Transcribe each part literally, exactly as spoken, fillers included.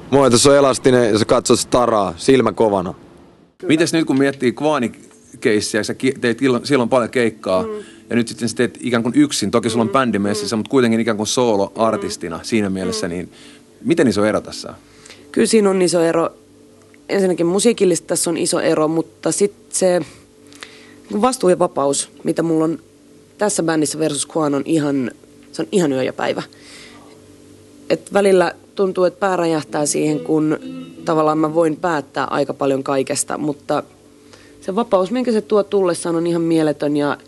Moi, tässä on Elastinen ja sä katsot Staraa, silmä kovana. Mites nyt kun miettii Kvaani-keissiä, sä teit silloin paljon keikkaa mm. ja nyt sitten sä teet ikään kuin yksin, toki sulla on bändi messissä, mm. mutta kuitenkin ikään kuin solo-artistina siinä mielessä, niin miten iso ero tässä on? Kyllä siinä on iso ero. Ensinnäkin musiikillisesti tässä on iso ero, mutta sitten se vastuu ja vapaus, mitä mulla on tässä bändissä versus Kwan on ihan, se on ihan yö ja päivä. Et välillä tuntuu, että pää räjähtää siihen, kun tavallaan mä voin päättää aika paljon kaikesta, mutta se vapaus, minkä se tuo tullessaan, on ihan mieletön ja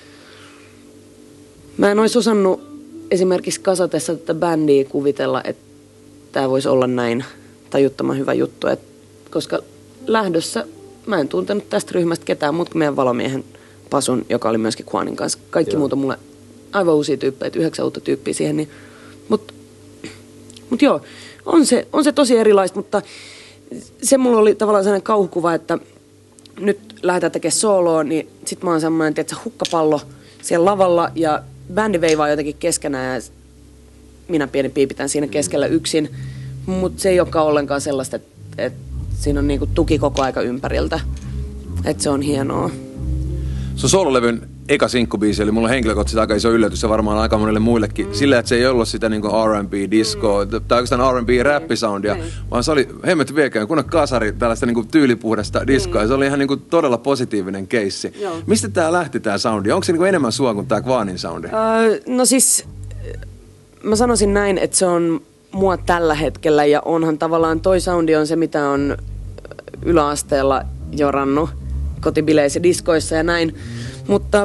mä en olisi osannut esimerkiksi kasatessa tätä bändiä kuvitella, että tää voisi olla näin tajuttoman hyvä juttu, et koska lähdössä mä en tuntenut tästä ryhmästä ketään, mutta meidän valomiehen Pasun, joka oli myöskin Kwanin kanssa. Kaikki muut on mulle aivan uusia tyyppejä, yhdeksän uutta tyyppiä siihen. Niin, mutta mut joo, on se, on se tosi erilaista, mutta se mulla oli tavallaan sellainen kauhukuva, että nyt lähdetään tekemään sooloa, niin sit mä oon semmoinen, tietsä, hukkapallo siellä lavalla ja bändi veivaa jotenkin keskenään ja minä pieni piipitän siinä keskellä yksin, mutta se ei olekaan ollenkaan sellaista, että, että siinä on niinku tuki koko aika ympäriltä, että se on hienoa. Sun soololevyn eka sinkkubiisi oli mulla henkilökohtaisesti aika iso yllätys ja varmaan aika monelle muillekin. Sillä, että se ei ollut sitä niinku R and B, disco tai oikeastaan R and B-räppisoundia, vaan se oli hemmet viekään, kun on kasari tällaista niinku tyylipuhdasta diskoa. Ja se oli ihan niinku todella positiivinen keissi. Joo. Mistä tää lähti tää soundi? Onko se niinku enemmän sua kuin tää Kwanin soundi? Öö, no siis, mä sanoisin näin, että se on mua tällä hetkellä ja onhan tavallaan toi soundi on se, mitä on yläasteella jorannut kotibileissä, diskoissa ja näin. Mutta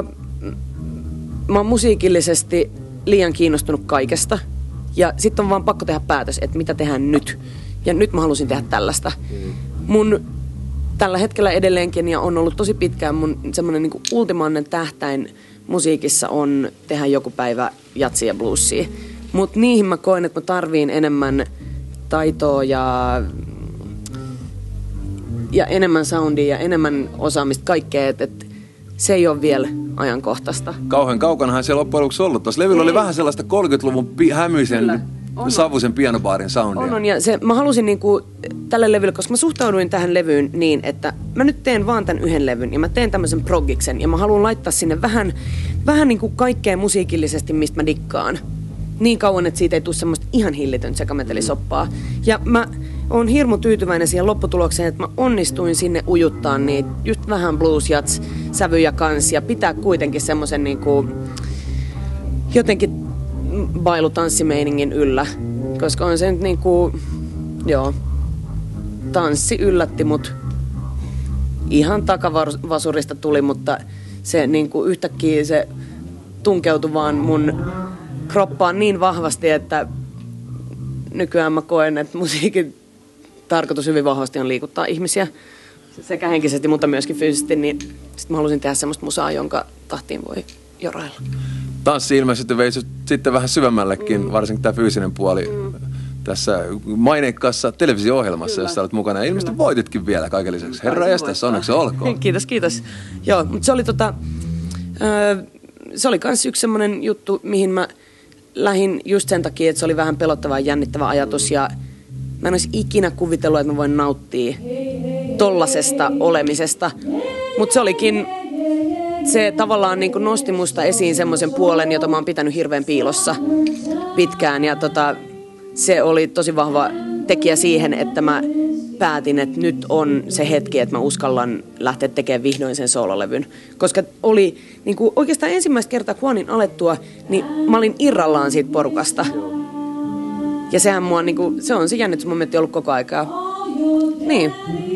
mä oon musiikillisesti liian kiinnostunut kaikesta. Ja sitten on vaan pakko tehdä päätös, että mitä tehdään nyt. Ja nyt mä halusin tehdä tällaista. Mun tällä hetkellä edelleenkin ja on ollut tosi pitkään mun semmoinen niinku ultimaanen tähtäin musiikissa on tehdä joku päivä jatsia ja bluesia. Mutta niihin mä koen, että mä tarviin enemmän taitoa ja, ja enemmän soundia ja enemmän osaamista, kaikkea. Et, et se ei ole vielä ajankohtaista. Kauhean kaukanahan se loppujen lopuksi ollut. Tuossa levyllä oli vähän sellaista kolmekymmentäluvun pi- hämyisen, on, savuisen pianobaarin soundia. On, on. Ja se, mä halusin niinku tälle levylle, koska mä suhtauduin tähän levyyn niin, että mä nyt teen vaan tämän yhden levyn ja mä teen tämmöisen proggiksen ja mä haluan laittaa sinne vähän, vähän niinku kaikkea musiikillisesti, mistä mä dikkaan. Niin kauan, että siitä ei tule semmoista ihan hillitön sekametelisoppaa. Ja mä oon hirmu tyytyväinen siihen lopputulokseen, että mä onnistuin sinne ujuttaa niitä just vähän blues jats sävyjä kanssa ja pitää kuitenkin semmoisen niinku jotenkin bailutanssimeiningin yllä. Koska on se nyt niinku, joo, tanssi yllätti mut. Ihan takavasurista tuli, mutta se niinku yhtäkkiä se tunkeutui vaan mun kroppaan niin vahvasti, että nykyään mä koen, että musiikin tarkoitus hyvin vahvasti on liikuttaa ihmisiä sekä henkisesti, mutta myöskin fyysisesti, niin sit mä halusin tehdä semmoista musaa, jonka tahtiin voi jorailla. Tanssi ilmeisesti vei sitten vähän syvemmällekin, mm. varsinkin tämä fyysinen puoli mm. tässä maineikkaassa televisio-ohjelmassa, jossa olet mukana. Ja ilmeisesti Kyllä. voititkin vielä kaiken lisäksi. Herra jästäs, onneksi olkoon. Kiitos, kiitos. Joo, mutta se oli tota, ö, se oli kans yksi semmoinen juttu, mihin mä lähin just sen takia, että se oli vähän pelottava ja jännittävä ajatus ja mä en olisi ikinä kuvitellut, että mä voin nauttia tollasesta olemisesta. Mutta se olikin, se tavallaan niin kuin nosti musta esiin semmoisen puolen, jota mä oon pitänyt hirveän piilossa pitkään. Ja tota, se oli tosi vahva tekijä siihen, että mä päätin, että nyt on se hetki, että mä uskallan lähteä tekemään vihdoin sen soololevyn. Koska oli niin kuin oikeastaan ensimmäistä kertaa Kwanin alettua, niin mä olin irrallaan siitä porukasta. Ja sehän mua, niin kuin, se on se jännitysmomentti ollut koko aikaa. Niin.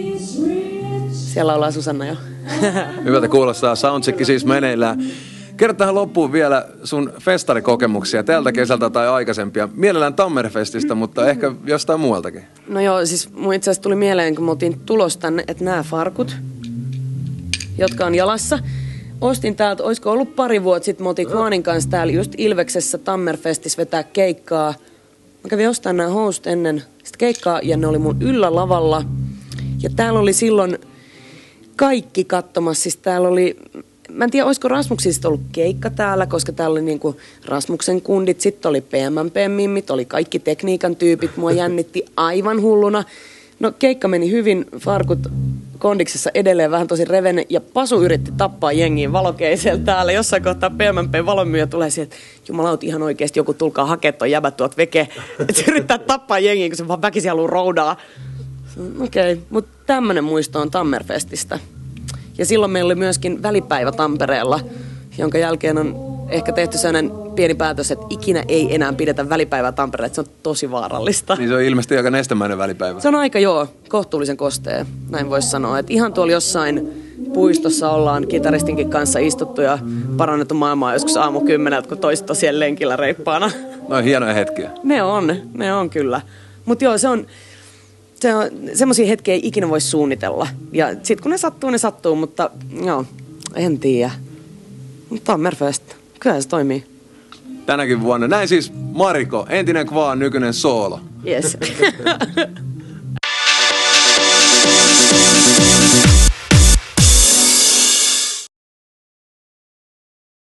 Siellä ollaan Susanna jo. Hyvältä kuulostaa. Soundcheck siis meneillään. Kerro tähän loppuun vielä sun festarikokemuksia tältä kesältä tai aikaisempia. Mielellään Tammerfestistä, mutta ehkä jostain muualtakin. No joo, siis mun itse asiassa tuli mieleen, kun me oltiin tulos tänne, että nämä farkut, jotka on jalassa, ostin täältä, olisiko ollut pari vuotta sitten, me oltiin Kwanin kanssa täällä just Ilveksessä Tammerfestissä vetää keikkaa. Mä kävin ostamaan nämä housut ennen sitä keikkaa ja ne oli mun yllälavalla. Ja täällä oli silloin kaikki katsomassa, siis täällä oli mä en tiedä, olisiko Rasmuksista ollut keikka täällä, koska täällä oli niinku Rasmuksen kundit, sitten oli P M M P-mimmit, oli kaikki tekniikan tyypit, mua jännitti aivan hulluna. No keikka meni hyvin, farkut kondiksessa edelleen vähän tosi revenne, ja Pasu yritti tappaa jengiin valokeisellä täällä. Jossain kohtaa P M M P-valomyyjä tulee siihen, että jumalaut ihan oikeasti joku tulkaa hakea ton jäbät tuot veke. Että se yrittää tappaa jengiä, kun se vaan väkisin haluaa roudaa. Okei, okay. Mutta tämmönen muisto on Tammerfestistä. Ja silloin meillä oli myöskin välipäivä Tampereella, jonka jälkeen on ehkä tehty sellainen pieni päätös, että ikinä ei enää pidetä välipäivää Tampereella, että se on tosi vaarallista. Niin se on ilmeisesti aika nestemäinen välipäivä. Se on aika joo, kohtuullisen kostea, näin voisi sanoa. Että ihan tuolla jossain puistossa ollaan kitaristinkin kanssa istuttu ja parannettu maailmaa joskus aamu kymmeneltä, kun toiset on siellä lenkillä reippaana. No on hienoja hetkiä. Ne on, ne on kyllä. Mutta joo, se on... Se on, semmoisia hetkiä ei ikinä voi suunnitella. Ja sit kun ne sattuu, ne sattuu, mutta joo, en tiedä. Tammerfest, kyllä se toimii. Tänäkin vuonna. Näin siis Mariko, entinen Kvaan, nykyinen Soolo. Yes.